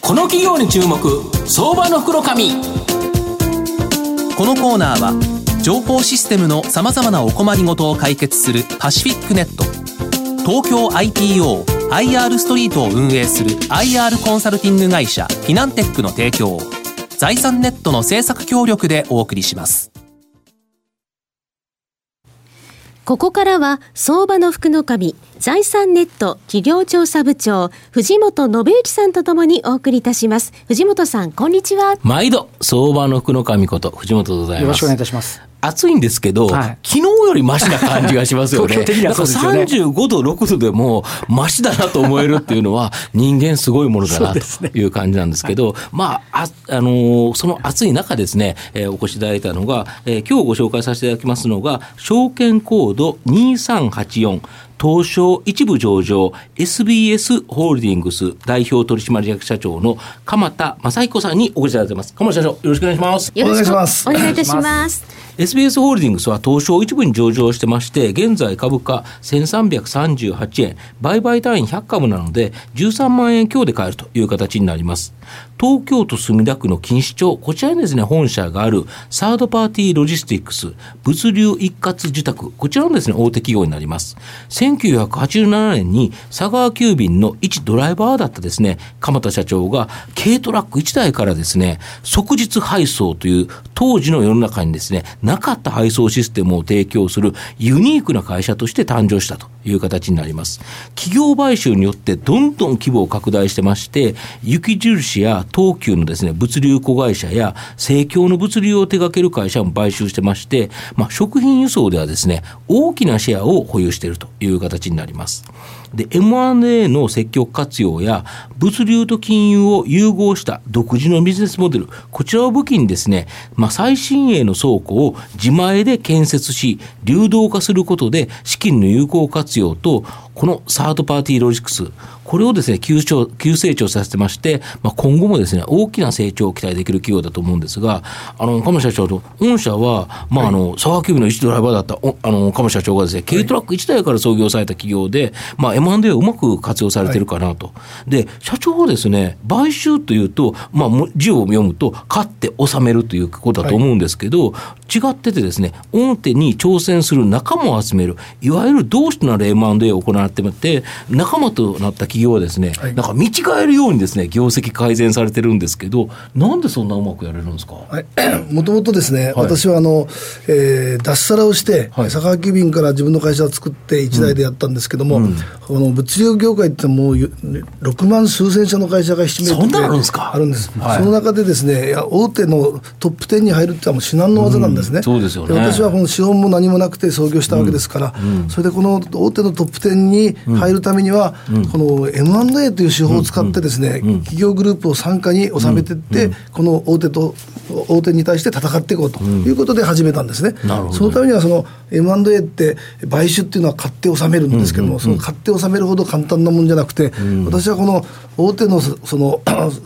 この企業に注目、相場の袋紙。 このコーナーは情報システムのさまざまなお困りごとを解決するパシフィックネット、東京 IPO、IR ストリートを運営する IR コンサルティング会社フィナンテックの提供、財産ネットの制作協力でお送りします。 ここからは相場の福の神、財産ネット企業調査部長藤本信之さんとともにお送りいたします。藤本さん、こんにちは。 毎度相場の福の神こと藤本でございます。 よろしくお願いいたします。 暑いんですけど、昨日よりマシな感じがしますよね。 東京的にはそうですよね。 35度6度でもマシだなと思えるっていうのは人間すごいものだなという感じなんですけど、その暑い中ですね、お越しいただいたのが、今日ご紹介させていただきますのが証券コード2384東証一部上場 SBS ホールディングス代表取締役社長の鎌田正彦さんにお越しいただいています。鎌田社長、よろしくお願いします。 よろしくお願いいたします。 SBS ホールディングスは東証一部に上場してまして、現在株価1338円、売買単位100株なので13万円強で買えるという形になります。東京都墨田区の錦糸町、こちらにですね本社があるサードパーティーロジスティックス物流一括受託、こちらのですね大手企業になります。1987年に佐川急便の一ドライバーだったですね鎌田社長が軽トラック1台からですね即日配送という当時の世の中にですねなかった配送システムを提供するユニークな会社として誕生したという形になります。企業買収によってどんどん規模を拡大してまして、雪印や東急のですね物流子会社や生協の物流を手掛ける会社も買収してまして、食品輸送ではですね大きなシェアを保有しているという形になります。で M&A の積極活用や物流と金融を融合した独自のビジネスモデル、こちらを武器にですね、最新鋭の倉庫を自前で建設し流動化することで資金の有効活用と、このサードパーティーロジックス、これをですね急成長させてまして、今後もですね大きな成長を期待できる企業だと思うんですが、鎌田社長と御社は、佐川急便の一ドライバーだった鎌田社長がですね軽トラック1台から創業された企業で、M&A をうまく活用されてるかなと。で社長はですね買収というと、字を読むと買って収めるということだと思うんですけど、違っててですね大手に挑戦する仲間を集める、いわゆる同志となる M&A を行っていて、仲間となった企業はですね、なんか見違えるようにですね業績改善されてるんですけど、なんでそんなうまくやれるんですか？ もともとですね、私は脱サラをして、佐川急便から自分の会社を作って1台でやったんですけども、この物流業界ってもう6万数千社の会社がひしめいてて、 そんなのあるんですか？ あるんです、その中でですね大手のトップ10に入るってのはもう至難の技なんですね。 そうですよね。 で私はこの資本も何もなくて創業したわけですから、それでこの大手のトップ10に入るためには、この M&A という手法を使ってですね、企業グループを傘下に収めていって、この大手に対して戦っていこうということで始めたんですね。そのためにはその M&A って買収っていうのは買って収めるんですけども、その買って収めるほど簡単なもんじゃなくて、私はこの大手のその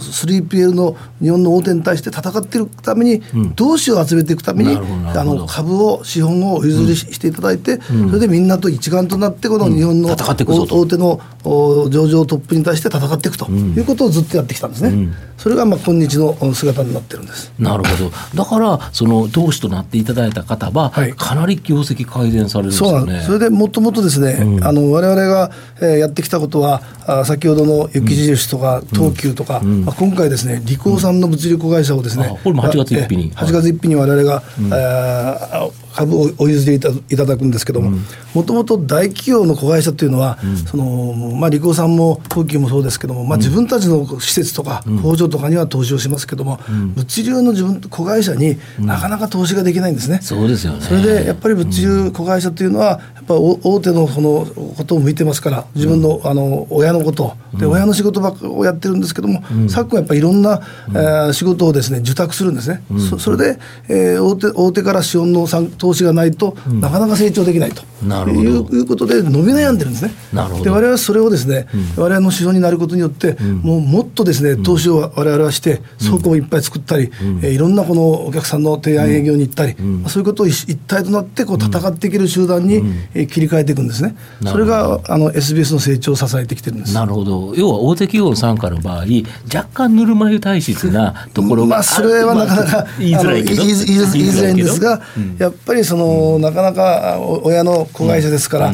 3PL の日本の大手に対して戦っていくために、同志を集めていくために株を資本をお譲りしていただいて、それでみんなと一丸となってこの日本の大手の上場トップに対して戦っていくということをずっとやってきたんですね。それが今日の姿になってるんです。 なるほど。だからその同志となっていただいた方は、かなり業績改善されるんですよね。 そうなんです。それでもともとですね、我々がやってきたことは、先ほどの雪印とか東急とか、今回ですねリコーさんの物流子会社をですね、 これも8月1日に我々が、株をお譲りいただくんですけども、もともと大企業の子会社というのは、リコーさんも東急もそうですけども、自分たちの施設とか工場とかには投資をしますけども、物流の子会社になかなか投資ができないんですね。 そうですよね。 それでやっぱり物流子会社というのはやっぱ大手のそのことを向いてますから、自分の、親のことで親の仕事ばっかをやってるんですけども、昨今やっぱりいろんな、仕事をですね受託するんですね。それで、大手から資本の投資がないと、なかなか成長できないということで伸び悩んでるんですね。で我々はそれをですね、我々の指標になることによって、もっとですね投資を我々はして倉庫をいっぱい作ったり、いろんなこのお客さんの提案営業に行ったり、そういうことを一体となってこう戦っていける集団に切り替えていくんですね。それがSBS の成長を支えてきてるんです。 なるほど。要は大手企業の傘下の場合、若干ぬるま湯体質なところがある、 それはなかなか言いづらいんですが、やっぱりなかなか親の子会社ですから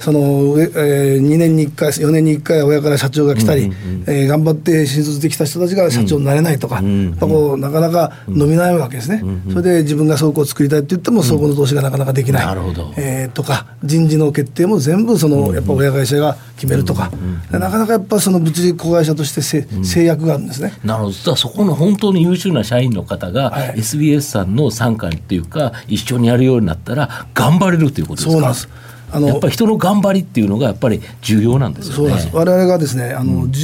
、2年に1回4年に1回親から社長が来たり、頑張って新卒できた人たちが社長になれないとか、なかなか伸びないわけですね。それで自分が倉庫を作りたいって言っても倉庫の投資がなかなかできない、とか、人事の決定も全部やっぱ親会社が決めるとか、なかなかやっぱ物流子会社として制約があるんですね。 なるほど。そこの本当に優秀な社員の方が、SBS さんの傘下っていうか一緒にやるようになったら頑張れるということですか。 そうなんです。 やっぱり人の頑張りっていうのがやっぱり重要なんですよね。 そうです。我々がですね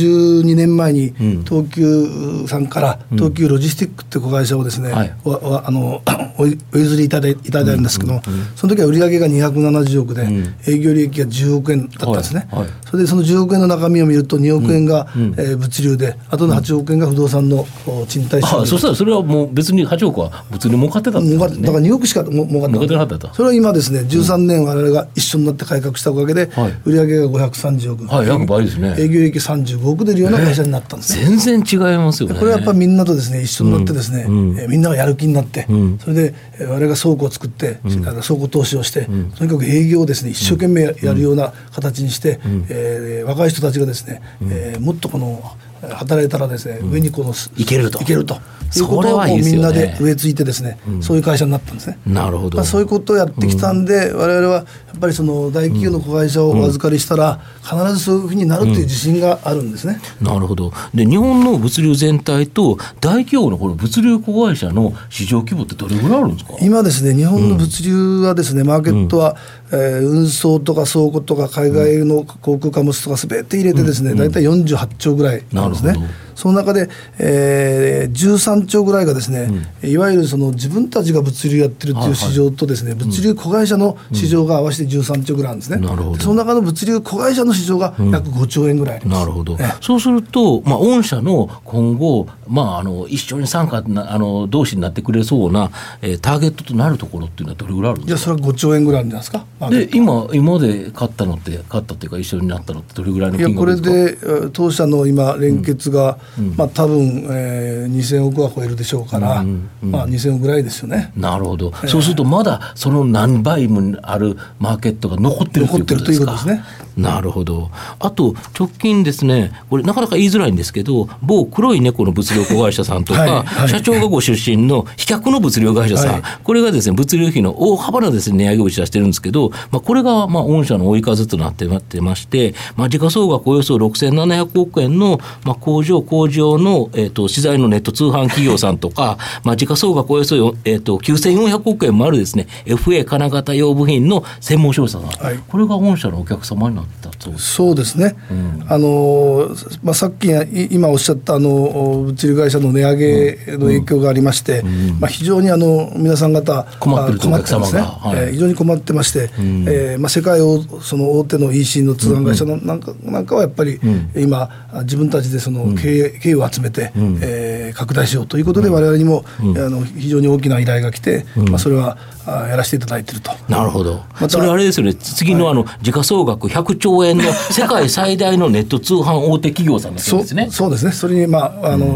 12年前に東急さんから東急ロジスティックって子会社をですね、お譲りいただいたんですけども、その時は売上が270億で、営業利益が10億円だったんですね。それでその10億円の中身を見ると2億円が物流で、あとの8億円が不動産の賃貸収入。 そしたらそれはもう別に8億は物流儲かってたんですね。 だから2億しか儲かってなかった。それは今ですね13年我々が一緒になって改革したおかげで、売上が530億、 約倍ですね。 営業利益35億出るような会社になったんですね。 全然違いますよね。 これはやっぱりみんなとですね一緒になってですね、みんながやる気になって、それで我々が倉庫を作って、倉庫投資をして、とにかく営業をですね一生懸命やるような形にして、若い人たちがですね、もっと働いたらですね、上にいけるということをみんなで植え付いてですね、そういう会社になったんですね。 なるほど。 そういうことをやってきたんで、我々はやっぱり大企業の子会社をお預かりしたら、必ずそういうふうになるという自信があるんですね。 なるほど。で、日本の物流全体と大企業のこの物流子会社の市場規模ってどれぐらいあるんですか。 今ですね、日本の物流はですね、マーケットは、運送とか倉庫とか海外の航空貨物とかすべて入れてですね、大体48兆ぐらいなんですね。その中で、13兆ぐらいがですね、いわゆる自分たちが物流やってるという市場とですね、物流子会社の市場が合わせて13兆ぐらいなんですね。その中の物流子会社の市場が約5兆円ぐらいあります。 なるほど。そうすると、御社の今後、一緒に参加同士になってくれそうな、ターゲットとなるところっていうのはどれぐらいあるんですか。 それは5兆円ぐらいあるんじゃないですか。 で今まで買ったっていうか一緒になったのってどれぐらいの金額ですか。 これで当社の今連結が、多分、2000億は超えるでしょうから、2000億ぐらいですよね。 なるほど。そうするとまだその何倍もあるマーケットが残ってるということですか。 ね。 なるほど。あと直近ですね、これなかなか言いづらいんですけど、某黒い猫の物流子会社さんとか、社長がご出身の飛脚の物流会社さん、これがですね物流費の大幅なですね値上げを打ち出してるんですけど、これが御社の追い風となってまして、時価総額およそ6700億円の、工場の、資材のネット通販企業さんとか、時価総額およそ、9400億円もあるですね FA 金型用部品の専門商社さん、これが御社のお客様になったそうです。 そうですね。さっき今おっしゃった物流会社の値上げの影響がありまして、非常に皆さん方困ってるとお客様が、 非常に困ってまして、世界を大手の EC の通販会社のなんかはやっぱり、今自分たちで経営を集めて、拡大しようということで、我々にも、非常に大きな依頼が来て、それはやらせていただいていると。 なるほど。それあれですよね、次の時価総額100兆円の世界最大のネット通販大手企業さんだそうですね。 そうですね。それに我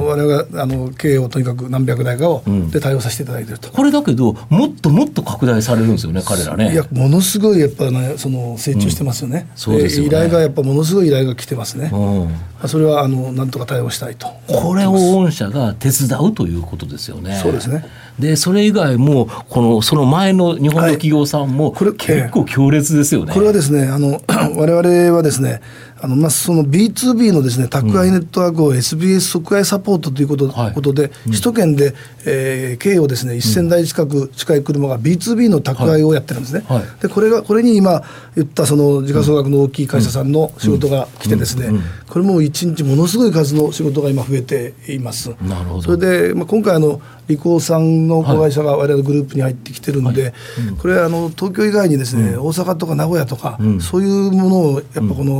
々が経営をとにかく何百台かで対応させていただいていると。 これだけどもっともっと拡大されるんですよね、彼らね。 いや、ものすごいやっぱね、成長してますよね。 そうですよね。 依頼がやっぱものすごい依頼が来てますね。それはなんとか対応したいと。 これを御社が手伝うということですよね。 そうですね。 でそれ以外もその前の日本の企業さんも結構強烈ですよね。 これはですね、我々はですね、その B2B のですね、宅配ネットワークを SBS 即配サポートということで、首都圏で、計をですね1000台近い車が B2B の宅配をやってるんですね。でこれに今言った時価総額の大きい会社さんの仕事が来てですね、これも1日ものすごい数の仕事が今増えています。 なるほど。 それで、今回リコーさんの子会社が我々のグループに入ってきてるんで、これ東京以外にですね、大阪とか名古屋とか、そういうものをやっぱ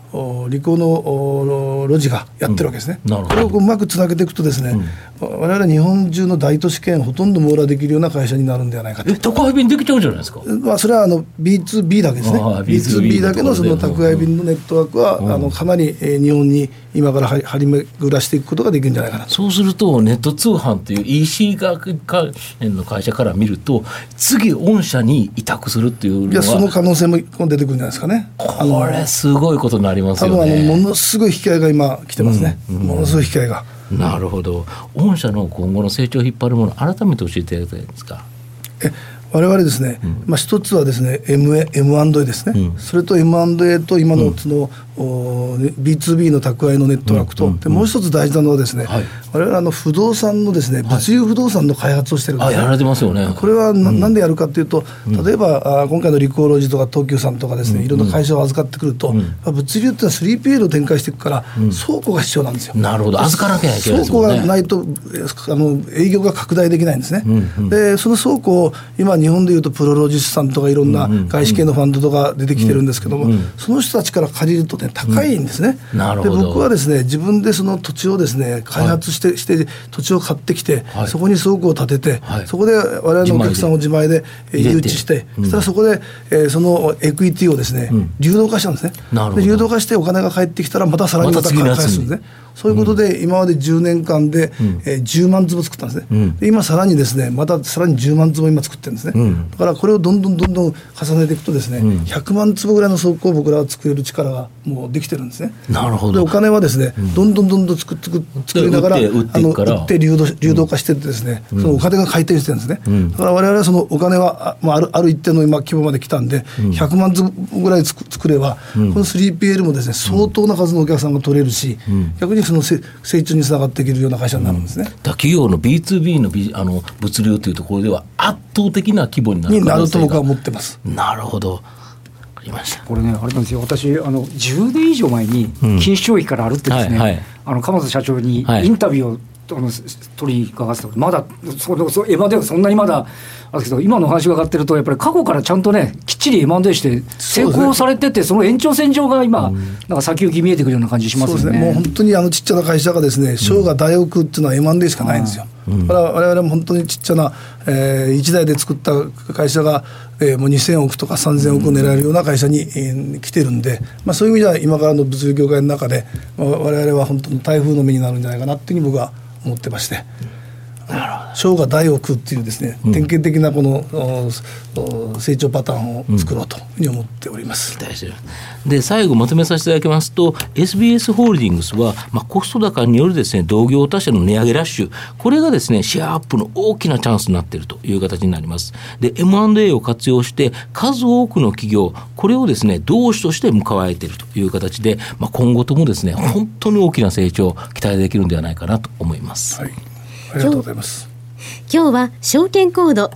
リコーの路地がやってるわけですね、これをうまくつなげていくとですね、我々日本中の大都市圏ほとんど網羅できるような会社になるんではないかと。 宅配便できちゃうんじゃないですか。 それはB2B だけですね。B2B だけのその宅配便のネットワークは、かなり日本に今から張り巡らしていくことができるんじゃないかなと。 そうするとネット通販という EC 関連の会社から見ると次御社に委託するっていうのは、 いや、その可能性も出てくるんじゃないですかね。 これすごいことになりますよね。 多分ものすごい引き合いが今来てますね、ものすごい引き合いが。 なるほど。御社の今後の成長を引っ張るもの、改めて教えていただきたいんですか。 我々ですね、一つはですね M&A ですね、それと M&A と今のその、B2B の宅配のネットワークと、でもう一つ大事なのはですね、我々不動産のですね、物流不動産の開発をしてるんですね。 やられてますよね。 これはなんでやるかというと、例えば今回のリコーロジとか東急さんとかですね、いろんな会社を預かってくると、物流ってのは 3PL を展開していくから、倉庫が必要なんですよ。 なるほど。預からなきゃいけないですもんね。 倉庫がないと営業が拡大できないんですね。でその倉庫を今日本でいうとプロロジスさんとかいろんな外資系のファンドとか出てきてるんですけども、その人たちから借りるとね、高いんですね。で僕はですね、自分でその土地をですね開発して土地を買ってきて、そこに倉庫を建てて、そこで我々のお客さんを自前で誘致して、そしたらそこで、そのエクイティをですね、流動化したんですね。で流動化してお金が返ってきたらまたさらに返すんですね。そういうことで今まで10年間で、10万坪作ったんですね。で今さらにですね、またさらに10万坪今作ってるんですね。だからこれをどんどん重ねていくとですね、100万坪ぐらいの倉庫を僕らは作れる力がもうできてるんですね。 なるほど。 でお金はですね、どんどん作りながら売って流動化していってですね、そのお金が回転してるんですね。だから我々はそのお金は、ある一定の今規模まで来たんで、100万坪ぐらい作れば、この 3PL もですね、相当な数のお客さんが取れるし、逆にその成長につながっていけるような会社になるんですね。 企業の B2B の物流というところでは圧倒的な規模になる可能性がになると僕は思ってます。 なるほど、わかりました。 これね、あれなんですよ、私10年以上前に禁止消費から歩ってですね、鎌田社長にインタビューを取り伺ってた、まだM&A はそんなにまだあるけど、今の話が上がってるとやっぱり過去からちゃんとね、きっちり M&A して成功されてて、その延長線上が今、なんか先行き見えてくるような感じしますよね。 そうですね、もう本当にちっちゃな会社がですね、小が大を食うっていうのは M&A しかないんですよ。だから我々も本当にちっちゃな、1台で作った会社が、もう2000億とか3000億を狙えるような会社に、来てるんで、そういう意味では今からの物流業界の中で、我々は本当に台風の目になるんじゃないかなっていうふうに僕は思ってまして、小が大を食うっていうですね、典型的なこの成長パターンを作ろうというふうに思っております。 で最後まとめさせていただきますと、 SBS ホールディングスは、コスト高によるですね、同業他社の値上げラッシュ、これがですねシェアアップの大きなチャンスになっているという形になります。で M&A を活用して数多くの企業、これをですね同志として迎えているという形で、今後ともですね本当に大きな成長を期待できるんではないかなと思います。 はい、ありがとうございます。 今日は証券コード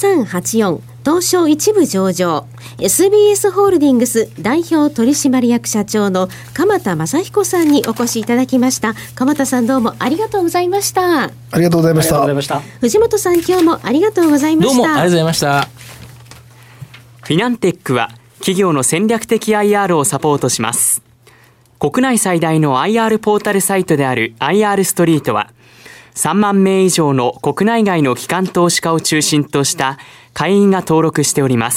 2384東証一部上場 SBS ホールディングス代表取締役社長の鎌田雅彦さんにお越しいただきました。鎌田さん、どうもありがとうございました。 ありがとうございました。 藤本さん、今日もありがとうございました。 どうもありがとうございました。 フィナンテックは企業の戦略的 IR をサポートします。国内最大の IR ポータルサイトである IR ストリートは3万名以上の国内外の機関投資家を中心とした会員が登録しております。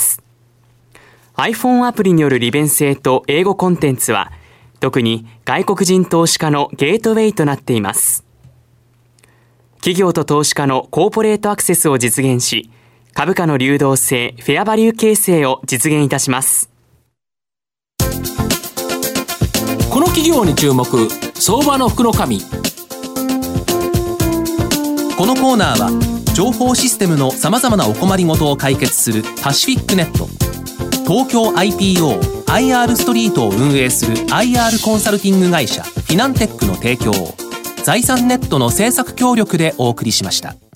iPhone アプリによる利便性と英語コンテンツは特に外国人投資家のゲートウェイとなっています。企業と投資家のコーポレートアクセスを実現し、株価の流動性、フェアバリュー形成を実現いたします。 この企業に注目、相場の福の神。 このコーナーは情報システムのさまざまなお困りごとを解決するパシフィックネット、東京 IPO、IR ストリートを運営する IR コンサルティング会社フィナンテックの提供を財産ネットの制作協力でお送りしました。